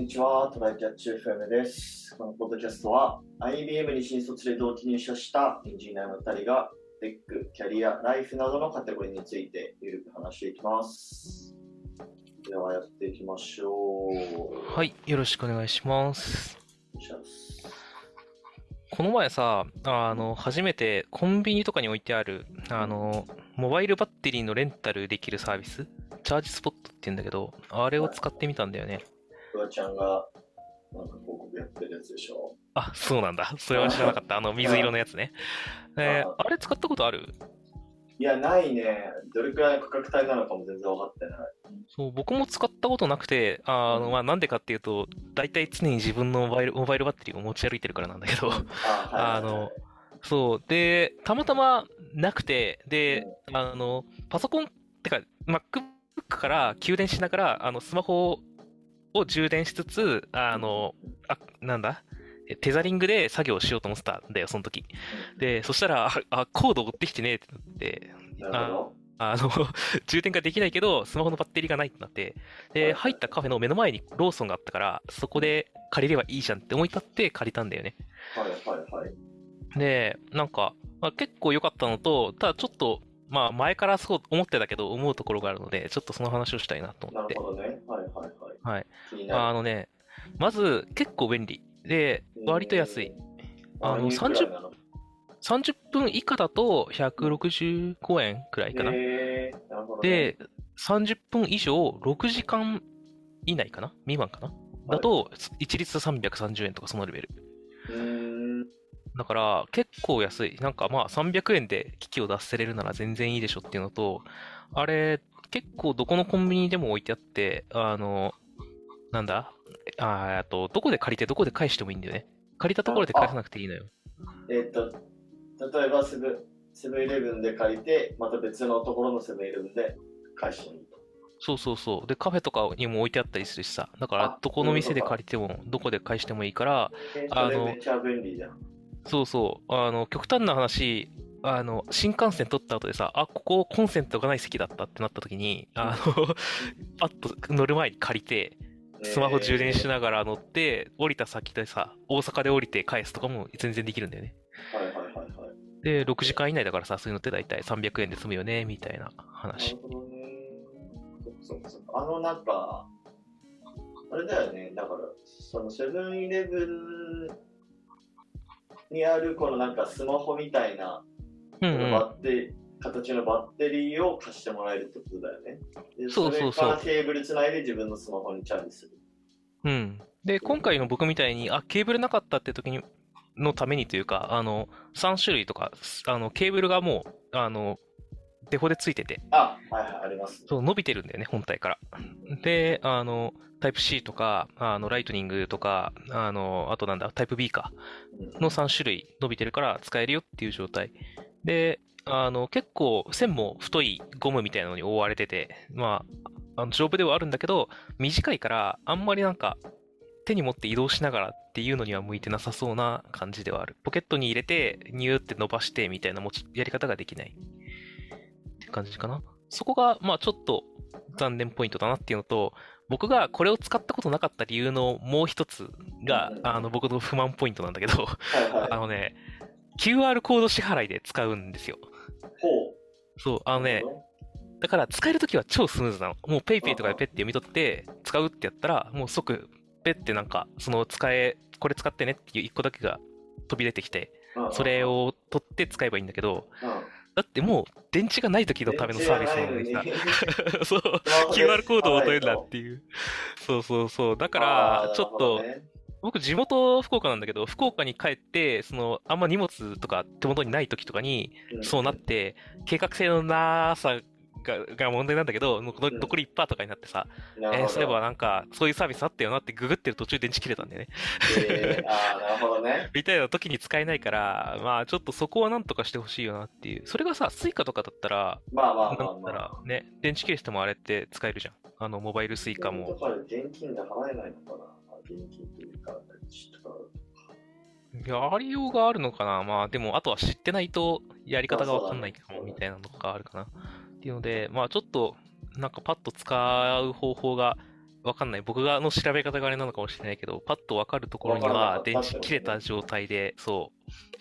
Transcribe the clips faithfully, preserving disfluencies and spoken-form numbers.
にちは、トライキャッチ エフエム です。このポッドキャストは アイビーエム に新卒で同期入社したエンジニアのふたりがテック、キャリア、ライフなどのカテゴリーについてゆるく話していきます。ではやっていきましょう。 はい、よろしくお願いします。 お願いします。 この前さ、あの、初めてコンビニとかに置いてある、あの、モバイルバッテリーのレンタルできるサービス、チャージスポットって言うんだけど、あれを使ってみたんだよね。 フワちゃんがなんか広告やってるやつでしょ。 あ、そうなんだ。それは知らなかった。あの、水色のやつね。えー、 ああれ使ったことある？ いや、ないね。どれくらいの価格帯なのかも全然分かってない。 そう、僕も使ったことなくて、あの、まあ、なんでかっていうと、大体常に自分のモバイル、モバイルバッテリーを持ち歩いてるからなんだけど、 あ、はいはいはい。 あの、そう。で、たまたまなくて、で、あの、パソコン、ってか、MacBook から給電しながら、あの、スマホを充電しつつ、あの、あ、なんだえテザリングで作業をしようと思ってたんだよ、その時。で、そしたら、あ、あコード追ってきてねってなって、あ、 なるほど。 あの、充電ができないけど、スマホのバッテリーがないってなって、で、 はい入ったカフェの目の前にローソンがあったから、そこで借りればいいじゃんって思い立って借りたんだよね。 はいはいはい。 で、なんか、まあ、結構良かったのと、ただちょっと、まあ前からそう思ってたけど思うところがあるので、ちょっとその話をしたいなと思なるって。 ほどね。はいはいはい。 はい。 気になる。 あのね、まず結構便利。で、割と安い。 えー、あ、 あの、 いくらい 30、 なの？ さんじゅっぷん以下だとひゃくろくじゅうごえんくらいかな。 えー、なるほどね。 で、さんじゅっぷん以上ろくじかん以内かな未満かなはい。 だと、一律さんびゃくさんじゅうえんとかそのレベル。 うーん。 だから結構安い。なんかまあさんびゃくえんで機器を出せれるなら全然いいでしょっていうのと、あれ結構どこのコンビニでも置いてあって、あの、なんだあーあと、どこで借りてどこで返してもいいんだよね。借りたところで返さあ、 なくていいのよ。 えーっと、例えばセブン、セブンイレブンで借りて、また別のところのセブンイレブンで返してもいいと。 そうそうそう。で、カフェとかにも置いてあったりするしさ。だから、 あ、 どこそういうことの店で借か。 りても、どこで返してもいいから、 えー、そあの、 れめちゃ便利じゃん。 そうそう、あの、極端な話、あの、新幹線取った後でさ、あ、ここコンセントがない席だったってなった時に、あの、パッと乗る前に借りて、スマホ充電しえながら乗って、降りた先でさ、大阪で降りて返すとかも全然できるんだよね。 ー、はいはいはいはい。 で、ろくじかん以内だからさ、そういうのって大体さんびゃくえんで済むよね、みたいな話。 なるほどね。そっかそっかそっか。あのなんか、あれだよね。だから、そのセブンイレブンにあるこのなんかスマホみたいなうんうこのバん。 ッテ形のバッテリーを貸してもらえるってことだよね。で、 そそうそうそれからケーブルつないで自分のスマホにチャージする。 う。うん。で、今回の僕みたいに、あ、ケーブルなかったって時に、のためにというか、あの、さん種類とか、あの、ケーブルがもう、あの、デフォでついてて、 あ、はいはい、ありますね。 そう、伸びてるんだよね、本体から。で、あの、タイプ C とか、あの、ライトニングとか、あの、あとなんだ、タイプ B か、 うんのさん種類伸びてるから使えるよっていう状態。で、あの、結構線も太いゴムみたいなのに覆われてて、まあ、あの丈夫ではあるんだけど、短いから、あんまりなんか、手に持って移動しながらっていうのには向いてなさそうな感じではある。ポケットに入れて、ニューって伸ばしてみたいな持ちやり方ができないっていう感じかな。そこが、まあちょっと残念ポイントだなっていうのと、僕がこれを使ったことなかった理由のもう一つが、 うんうんうん。 あの、僕の不満ポイントなんだけど、 はいはい。 あのね、キューアール コード支払いで使うんですよ。 ほそう、あう。 のね、 なるほど。 だから使えるときは超スムーズなの。もううん PayPay とかでペッて読み取って使うってやったら、もう即ペッてなんか、その使え、これ使ってねっていう一個だけが飛び出てきて、 うんうんうん。 それを取って使えばいいんだけど、 うん。 だってもう電池がない時の電ためのサービス池がないのなのにさ、 にそう、 スマホでキューアール コー払ドを取れるなっえと。 ていう。そうそうそう。だかああ、 ら、 なるちょっと、 ほどね。 僕地元福岡なんだけど、福岡に帰って、その、あんま荷物とか手元にない時とかに、 うんそうなって、計画性のなさが、が問題なんだけど、残うん。 残りいちパーとかになってさ、 なるえー、そういえばほど。 なんか、そういうサービスあったよなってググってる途中電池切れたんだよね。 えー、ああ、なるほどね。 みたいな時に使えないから、まあちょっとそこはなんとかしてほしいよなっていう。それがさ、スイカとかだったら、 まあまあなんだまあまったらあ。 ね、電池切れしてもあれって使えるじゃん。あの、モバイルスイカも。 だから現金で払えないのかな。現金というか、ちょっとやりようがあるのかな。まあでも、あとは知ってないとやりまあ方がわそうだね。 かんないかも、 そうだね。 みたいなのがあるかな。っていうので、まあちょっと、なんかパッと使う方法がわかんない。僕がの調べ方があれなのかもしれないけど、パッとわかるところにわからなかったは電ってことね。 池切れた状態で、そう、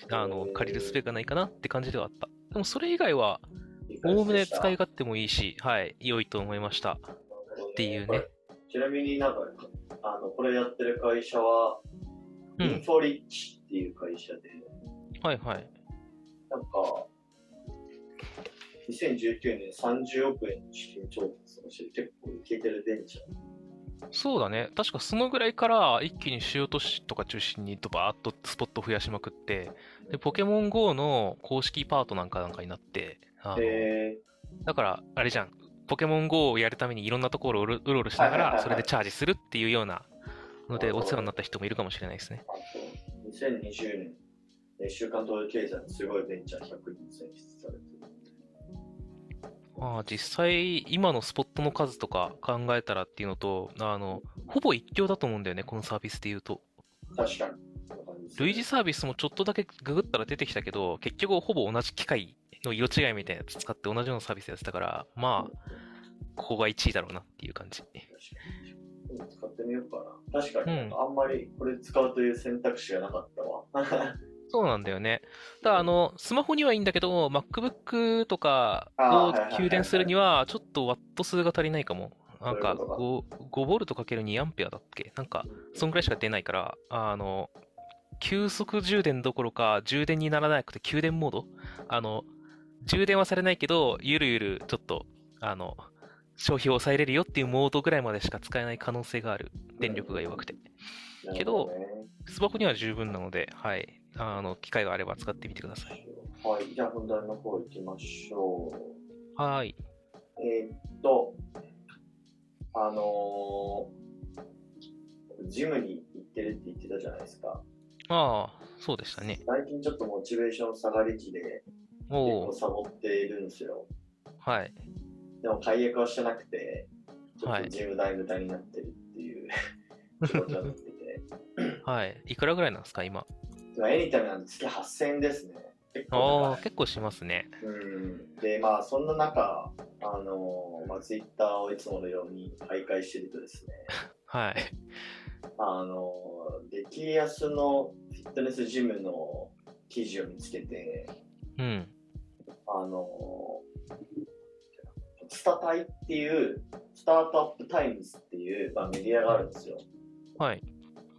あの、借りる術えがないかなって感じではあった。でもそれ以外は、 ー、いい感おおむじでした。なるね使い勝手もいいし、はい、良いと思いました。っほどね。これ、 ていうね。 ちなみになんか、あの、これやってる会社は、インうん。 フォリッチっていう会社で、 はいはい。 なんか、にせんじゅうきゅうねんさんじゅうおくえんの資金調達をして結構いけてるベンチャー。 そうだね。確かそのぐらいから一気に主要都市とか中心にドバーッとスポット増やしまくって、で、ポケモン ゴー の公式パートなんかなんかになって、あの、 えだから、あれじゃん。ポケモン ゴー をやるためにいろんなところをうろうろうろしー、はいはいながら、それはいはい。 でチャージするっていうようなので、お世話にななるほどね。 った人もいるかもしれないですね。 あと、にせんにじゅうねん、えー週刊東洋経済のすごいベンチャーひゃくにん選出されてる。 まあ、実際、今のスポットの数とか考えたらっていうのと、あの、ほぼ一強だと思うんだよね、このサービスで言うと。 確かに。そんな感じですね。 類似サービスもちょっとだけググったら出てきたけど、結局ほぼ同じ機械の色違いみたいなやつ使って同じようなサービスやってたから、まあ、ここがいちいだろうなっていう感じ。 確かに。うん使ってみようかな。確かうん。 になんかあんまりこれ使うという選択肢がなかったわ。 そうなんだよね。ただ、あの、スマホにはいいんだけど、MacBook とかああ、 をはいはい給電するはいはい。 には、ちょっとワット数が足りないかも。なんかそういうことか。 ご、ごボルト ×にアンペアだっけなんか、そんぐらいしか出ないから、あの、急速充電どころか、充電にならなくて給電モードあの、充電はされないけど、ゆるゆるちょっと、あの、消費を抑えれるよっていうモードぐらいまでしか使えない可能性がある。電力が弱くて。 なるけど、 ほどね。 スマホには十分なので、はい。あの、機会があれば使ってみてください。 はい、じゃあ本題の方行きましょはい。 う。えーっと、あのー、ジムに行ってるって言ってたじゃないですか。 ああ、そうでしたね。 最近ちょっとモチベーション下がり期で結構おお、 サボっているんですよ。 はい。 でも解約はしてなくて、ちょっはい。 とジム代無駄になってるっていう気持ちになってて。 はい。いくらぐらいなんですか、今。 まあ、エニタイムなんで月はっせんえんですね。結構ああ、 高い。 結構しますね。 うん。で、まあそんな中、あのーまあ、ツイッターをいつものように徘徊してるとですね、 はい。 あのー激安のフィットネスジムの記事を見つけて、 うん。 あのースタタイっていう、スタートアップタイムズっていう、まあ、メディアがあるんですよ。 はい。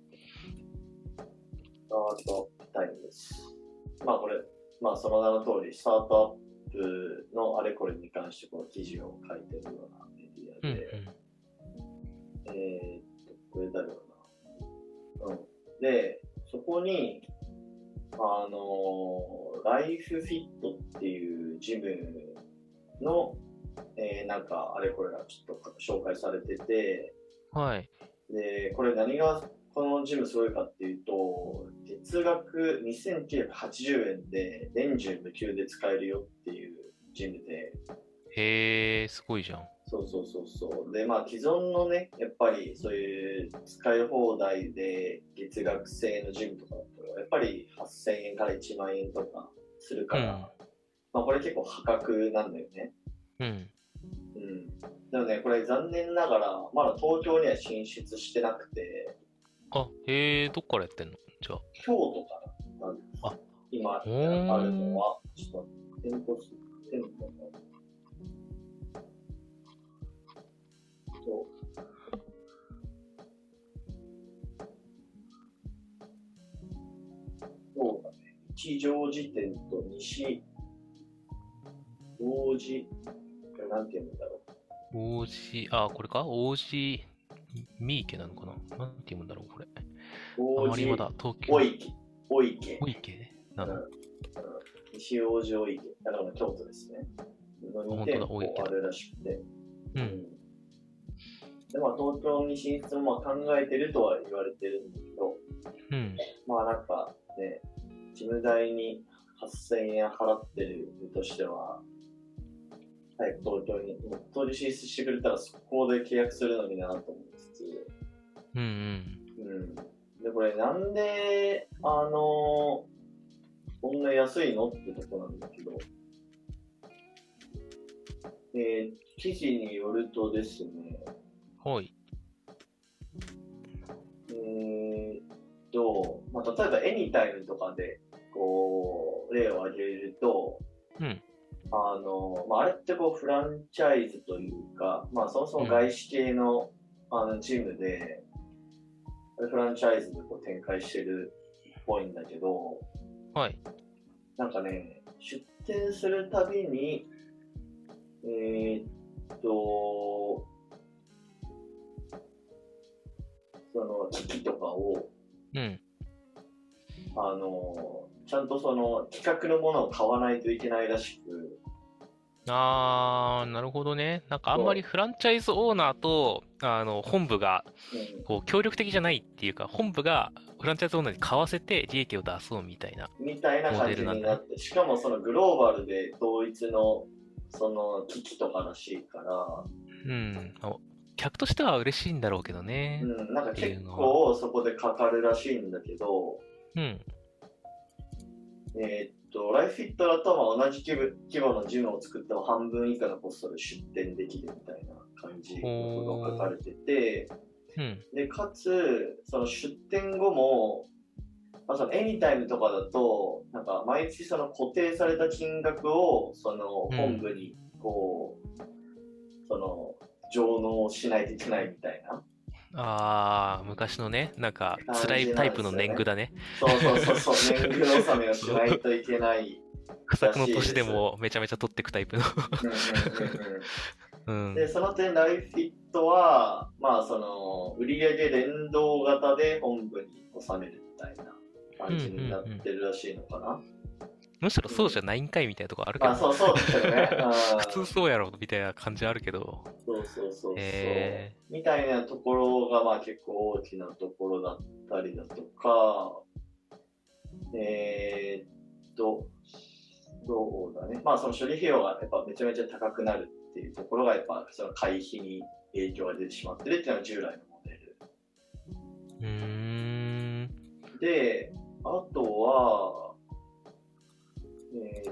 スタートアップタイムズ。まあこれ、まあその名の通り、スタートアップのあれこれに関してこの記事を書いてるようなメディアうん、うで、 ん。 えーっと、これだろうな。うん。で、そこに、あのーライフフィットっていうジムの、えーなんかあれこれがちょっと紹介されてて、 はい。 で、これ何がこのジムすごいかっていうと、月額にせんきゅうひゃくはちじゅうえんで年中無休で使えるよっていうジムで、 へえ、すごいじゃん。 そうそうそうそう。で、まあ既存のね、やっぱりそういう使い放題で月額制のジムとかだと、やっぱりはっせんえんからいちまん円とかするから、 うん。 まあこれ結構破格なんだよね。 うん。 うん。でもね、これ残念ながら、まだ東京には進出してなくて、 あ、へえ、どっからやってんのじゃあ。 京都からなんです。 あ、 今あほるのーん。 は、ちょっと待って、店舗数、店舗の、そうそうだね。一条寺店と西王子、これなんて読むんだろ王子、あ、これか王子、三池なのかななんて読むんだろう、これ。 う。 あ王子まりまだ東京、 お池。お池。 お池なの。あ、 うんうん西王子お池。だから京都ですね。のに店本当だ、お池だ。 舗あるらしくて。 うん。 うん。で、まあ東京に進出もまあ考えてるとは言われてるんだけど、 うん。 まあなんかね、ジム代にはっせんえん払ってるとしては、早く東京に、もう当時進出してくれたらそこで契約するのになと思いつつ、 うんうん。 うん。で、これなんで、あのー、こんな安いのってとこなんだけど、えー記事によるとですね、 はい。 まあ、例えばエニタイムとかで、こう、例を挙げると、 うん。 あの、まあ、あれってこう、フランチャイズというか、まあ、そもそも外資系の、あの、チームで、フランチャイズでこう展開してるっぽいんだけど、 はい。 なんかね、出店するたびに、えーっと、その、機器とかを、 うん。 あの、ちゃんとその、企画のものを買わないといけないらしく、 あー、なるほどね。なんかあんまりそフランチャイズオーナーと、あの、本部が、 う、うんこう、協力的じゃないっていうか、本部がフランチャイズオーナーに買わせて利益を出そうみたいなみたいなモ感デルなんだね。 じになって、しかもそのグローバルで同一の、その、機器とからしいから、 うん。お客としては嬉しいんだろうけどね。 うん、なんかってい結うのは。 構そこでかかるらしいんだけど、 うん。 えーっと、ライフフィットだとまあ同じ規模規模のジムを作っても半分以下のコストで出店できるみたいな感じのことが書かれてて、 うん。 で、かつ、その出店後も、まあ、そのエニタイムとかだと、なんか毎月その固定された金額を、その本部にこう、その、上納しないといけないみたいなああ、昔のね、なんか辛い感じタイプのなんですよね。 年貢だね。 そうそうそうそう、年貢納めをしそう。 ないといけない不ら作の年でしいです。 もめちゃめちゃ取っていくタイプの。 うんうんうんうんうで、 ん。 その点、ライフィットは、まあ、その、売上連動型で本部に収めるみたいなうんうん感じになっうん。 てるらしいのかな。 むしろうん。 そうじゃないんかいみたいなとこあるけまあ、 どな。 そうそうですよね。 普通うん。 そうやろみたいな感じあるけど。 そうそうそうそへう。みたいなところが、まあ、結構大きなところだったりだとか、えーっと、そうだね。まあ、その処理費用がやっぱめちゃめちゃ高くなるっていうところが、やっぱその会費に影響が出てしまってるっていうのが従来のモデル。 え。うーん。 で、あとは、えーっ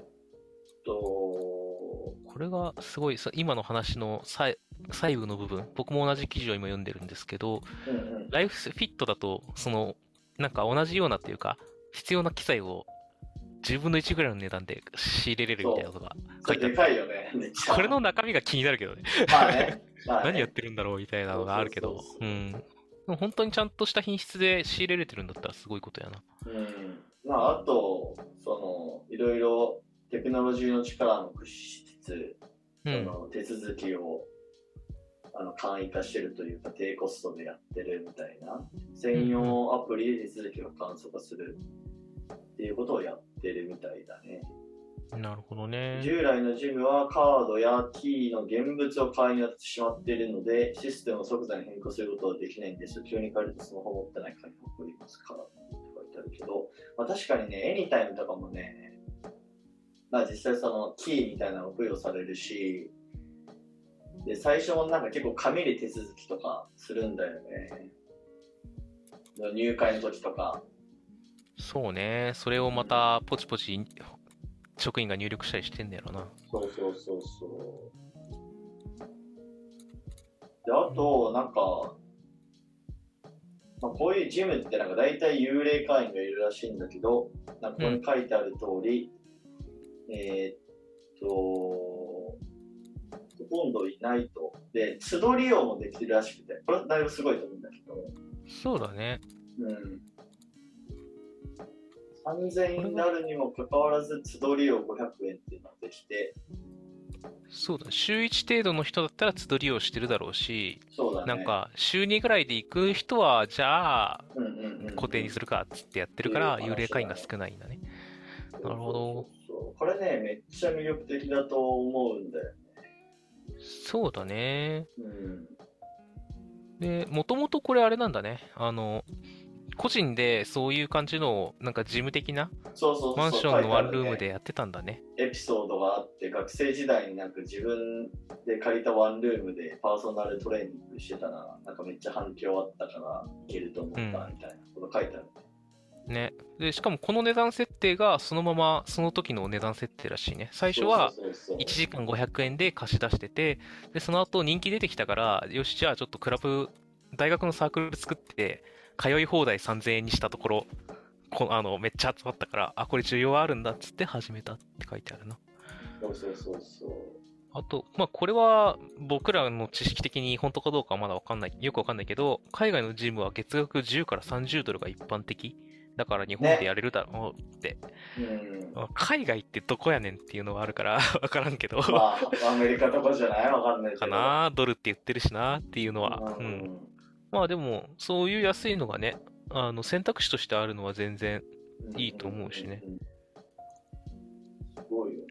と、 これがすごい、さ今の話の細細部の部分、僕も同じ記事を今読んでるんですけど、 うんうん。 ライフフィットだと、その、なんか同じようなっていうか、必要な機材をじゅうぶんのいちぐらいの値段で仕入れれるみたいなそう。 ことがそれで書いてあって、 かいよね、めっちこれゃ。 の中身が気になるけどね。 まあね。まあ何やっね。 てるんだろうみたいなのがあそうそうるけど、うそうそん。でも本当にちゃんとした品質で仕入れれてるんだったらすごいことやな。 う。うん。まあ、あと、その、いろいろテクノロジーの力も駆使しつつ、 うん。 その手続きをあの簡易化してるというか低コストでやってるみたいな専うん、 用アプリで手続きを簡素化するっていうことをやってるみたいだね。 うん。なるほどね。 従来のジムはカードやキーの現物を買いになってしまっているのでシステムを即座に変更することはできないんです。急に変えるとスマホ持ってない会員起こりますからって書いてあるけど、まあ、確かにね、エニタイムとかもね、まあ実際そのキーみたいなのが付与されるし、で、最初もなんか結構紙で手続きとかするんだよね。入会の時とか。 そうね。それをまうん。 たポチポチ職員が入力したりしてんだよな。 そうそうそうそう。で、あうん。 と、なんか、まあ、こういうジムってなんか大体幽霊会員がいるらしいんだけど、なんかここにうん。 書いてある通り、えーっと、ほとんどいないと。で、都度利用もできるらしくて、これだいぶすごいと思うんだけど、 そうだね。 うん。さんぜんえんになこれが、 るにもかかわらず、都度利用ごひゃくえんっていうのができて、 そうだね。週いち程度の人だったら都度利用してるだろうし、 そうだね。 なんか、週にぐらいで行く人は、じゃあ、 うんうんうんうん。 固定にするかっつってやってっていうるから、幽霊会員が話だね。 少ないんだね。なそうそうそうるほど。 そう。これね、めっちゃ魅力的だと思うんだよ。 そうだね。 うん。 で、もともとこれあれなんだね。あの、個人でそういう感じの、なんか事務的なそうそうそう、 マンション書いてあのワンルームるね。 でやってたんだね。 エピソードがあって、学生時代になんか自分で借りたワンルームでパーソナルトレーニングしてたら、なんかめっちゃ反響あったからいけると思ったうん。 みたいなこと書いてある。 ね。で、しかもこの値段設定がそのままその時の値段設定らしいね。最初そうそうはそうそいちじかんごひゃくえんで貸し出してて、で、その後人気出てきたから、よし、じゃあちょっとクラブ、大学のサークル作って、通い放題さんぜんえんにしたところ、 こあのめっちゃ集まったから、あ、これ需要あるんだっつって始めたって書いてあるな。 そうそうそうそう。 あと、まあ、これは僕らの知識的に本当かどうかはまだわかんない、よくわかんないけど、海外のジムは月額じゅうからさんじゅうドルが一般的。だから日本でやれるだろうって。 ね、うん。 海外ってどこやねんっていうのはあるからわからんけど。 まあ、アメリカとかじゃないわかんないけど。 かなドルって言ってるしなっていうのは。 ううんん。まあでも、そういう安いのがね、あの選択肢としてあるのは全然いいと思うしね。 んんんんすごいよね。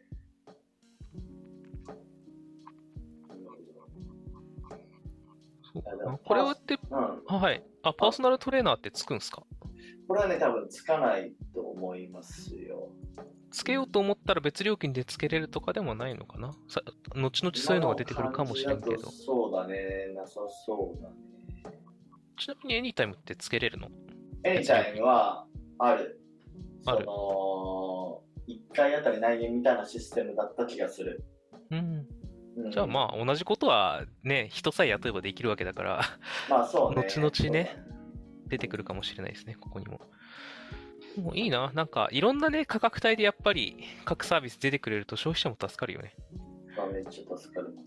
そうかな。 あでもこれって、 うん、 あはい。あ、パーソナルトレーナーってつくんすか？ これはね、多分つかないと思いますよ。 つけようと思ったら別料金でつけれるとかでもないのかなさ、後々そういうのが出てくるかもしれんけど。 今の感じだとそうだね、なさそうだね。 ちなみにエニタイムってつけれるの？ エニタイムはある。 ある。 その、いっかいあたり何円みたいなシステムだった気がする。 うん。 うん、 じゃあまあ同じことはね、人さえ雇えばできるわけだから、 まあそうね。 後々ね、 そうだね出てくるかもしれないですね、ここにも。もういいな。なんかいろんなね、価格帯でやっぱり各サービス出てくれると消費者も助かるよね。 まあ、めっちゃ助かります。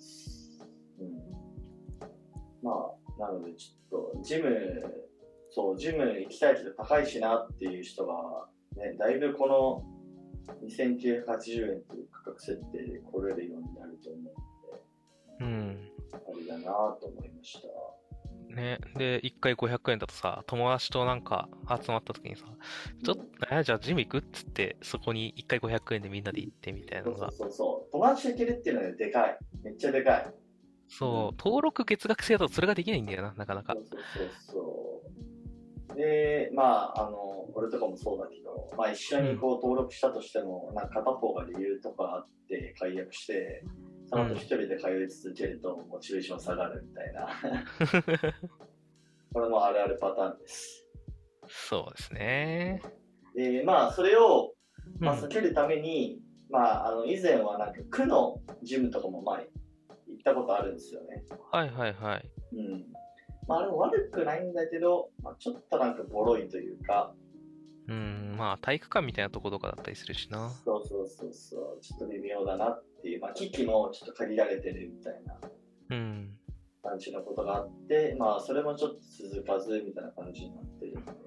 うん、まあ、なのでちょっと、ジム、そう、ジム行きたいけど高いしなっていう人が、ね、だいぶこのにせんきゅうひゃくはちじゅうえんという価格設定で来れるようになると思うので、 うん。 ありだなと思いました。 ね。で、いっかいごひゃくえんだとさ、友達となんか集まった時にさ、ちょっと、えじゃあジム行くっつって、そこにいっかいごひゃくえんでみんなで行ってみたいなそうそうのが。 そうそう。友達と行けるっていうのはでかい。めっちゃでかい。 そう、登録月額制だとそれができないんだよな、なかなか。 そうそうそうそう。で、まあ、あの、俺とかもそうだけど、まあ一緒にこう登録したとしても、なんか片方が理由とかあって解約して、その後一人で通い続けるとモチベーション下がるみたいな。これもあるあるパターンです。 そうですね。 で、まあ、それを、まあ、 うん避けるために、まあ、あの、以前はなんか区のジムとかも前行ったことあるんですよね。 はいはいはい。 うん。まあ、でも悪くないんだけど、まあ、ちょっとなんかボロいというか、 うん、まあ体育館みたいなとことかだったりするしな。 そうそうそうそう、ちょっと微妙だなっていう、まあ、機器もちょっと限られてるみたいなうん。 感じのことがあって、まあ、それもちょっと続かずみたいな感じになってるので。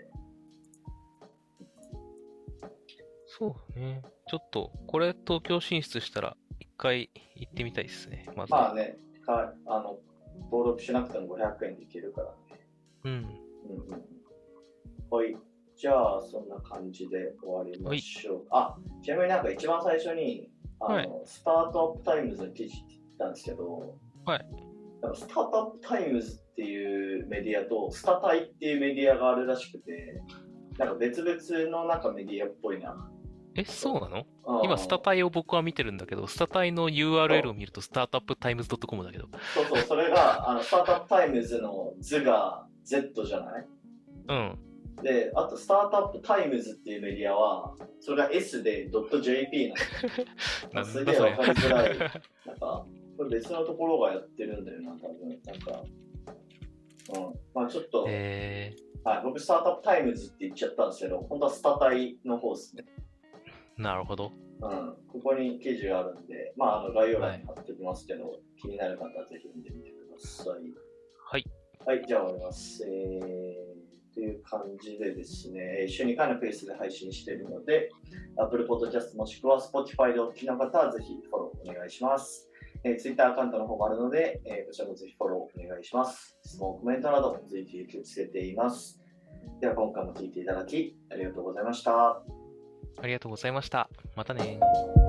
そうね。ちょっと、これ東京進出したら一回行ってみたいですね。まずは。 まあね、かあの登録しなくてもごひゃくえんでいけるからね。 うん。 うんうんうんはい。じゃあ、そんな感じで終わりましょう。あ、ちなみになんか一番最初に、あの、 はいスタートアップタイムズの記事って言ってたんですけど、 はい。 なんかスタートアップタイムズっていうメディアと、スタタイっていうメディアがあるらしくて、なんか別々のなんかメディアっぽいな。 え、そうなの？ うん今、スタタイを僕は見てるんだけど、スタタイの ユーアールエル を見ると、スタートアップタイムズ .com だけど。 そうそう、それが、あの、スタートアップタイムズの図が Z じゃないうん。 で、あと、スタートアップタイムズっていうメディアは、それが S で .jp なの。すげえわかりづらい。なんか、これ別のところがやってるんだよな、多分。なんか、うん。まあちょっと、 えはい、僕、スタートアップタイムズって言っちゃったんですけど、本当はスタタイの方ですね。 ー、なるほど。 うん。ここに記事があるんで、まあ、あの概要欄に貼っておきますけど、気になる方はぜひ見てみてください。 はい。 はい、じゃあ終わります。えー、という感じでですね、週にかいのペースで配信しているので、Apple Podcast もしくは Spotify でお聞きの方はぜひフォローお願いします。えー、Twitter アカウントの方もあるので、えー、こちらもぜひフォローお願いします。質問、コメントなど随時受け付けています。では今回も聞いていただきありがとうございました。 ありがとうございました。またね。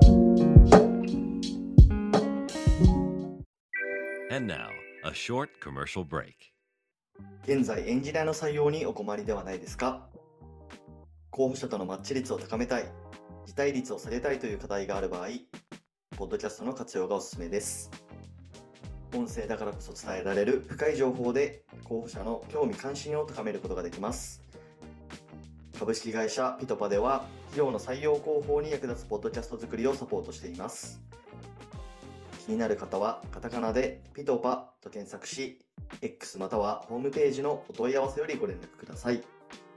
And now, a short commercial break. 現在エンジニアの採用にお困りではないですか？候補者とのマッチ率を高めたい、辞退率を下げたいという課題がある場合、ポッドキャストの活用がおすすめです。音声だからこそ伝えられる深い情報で候補者の興味関心を高めることができます。株式会社ピトパでは企業の採用広報に役立つポッドキャスト作りをサポートしています。気になる方はカタカナでピトパと検索し、X またはホームページのお問い合わせよりご連絡ください。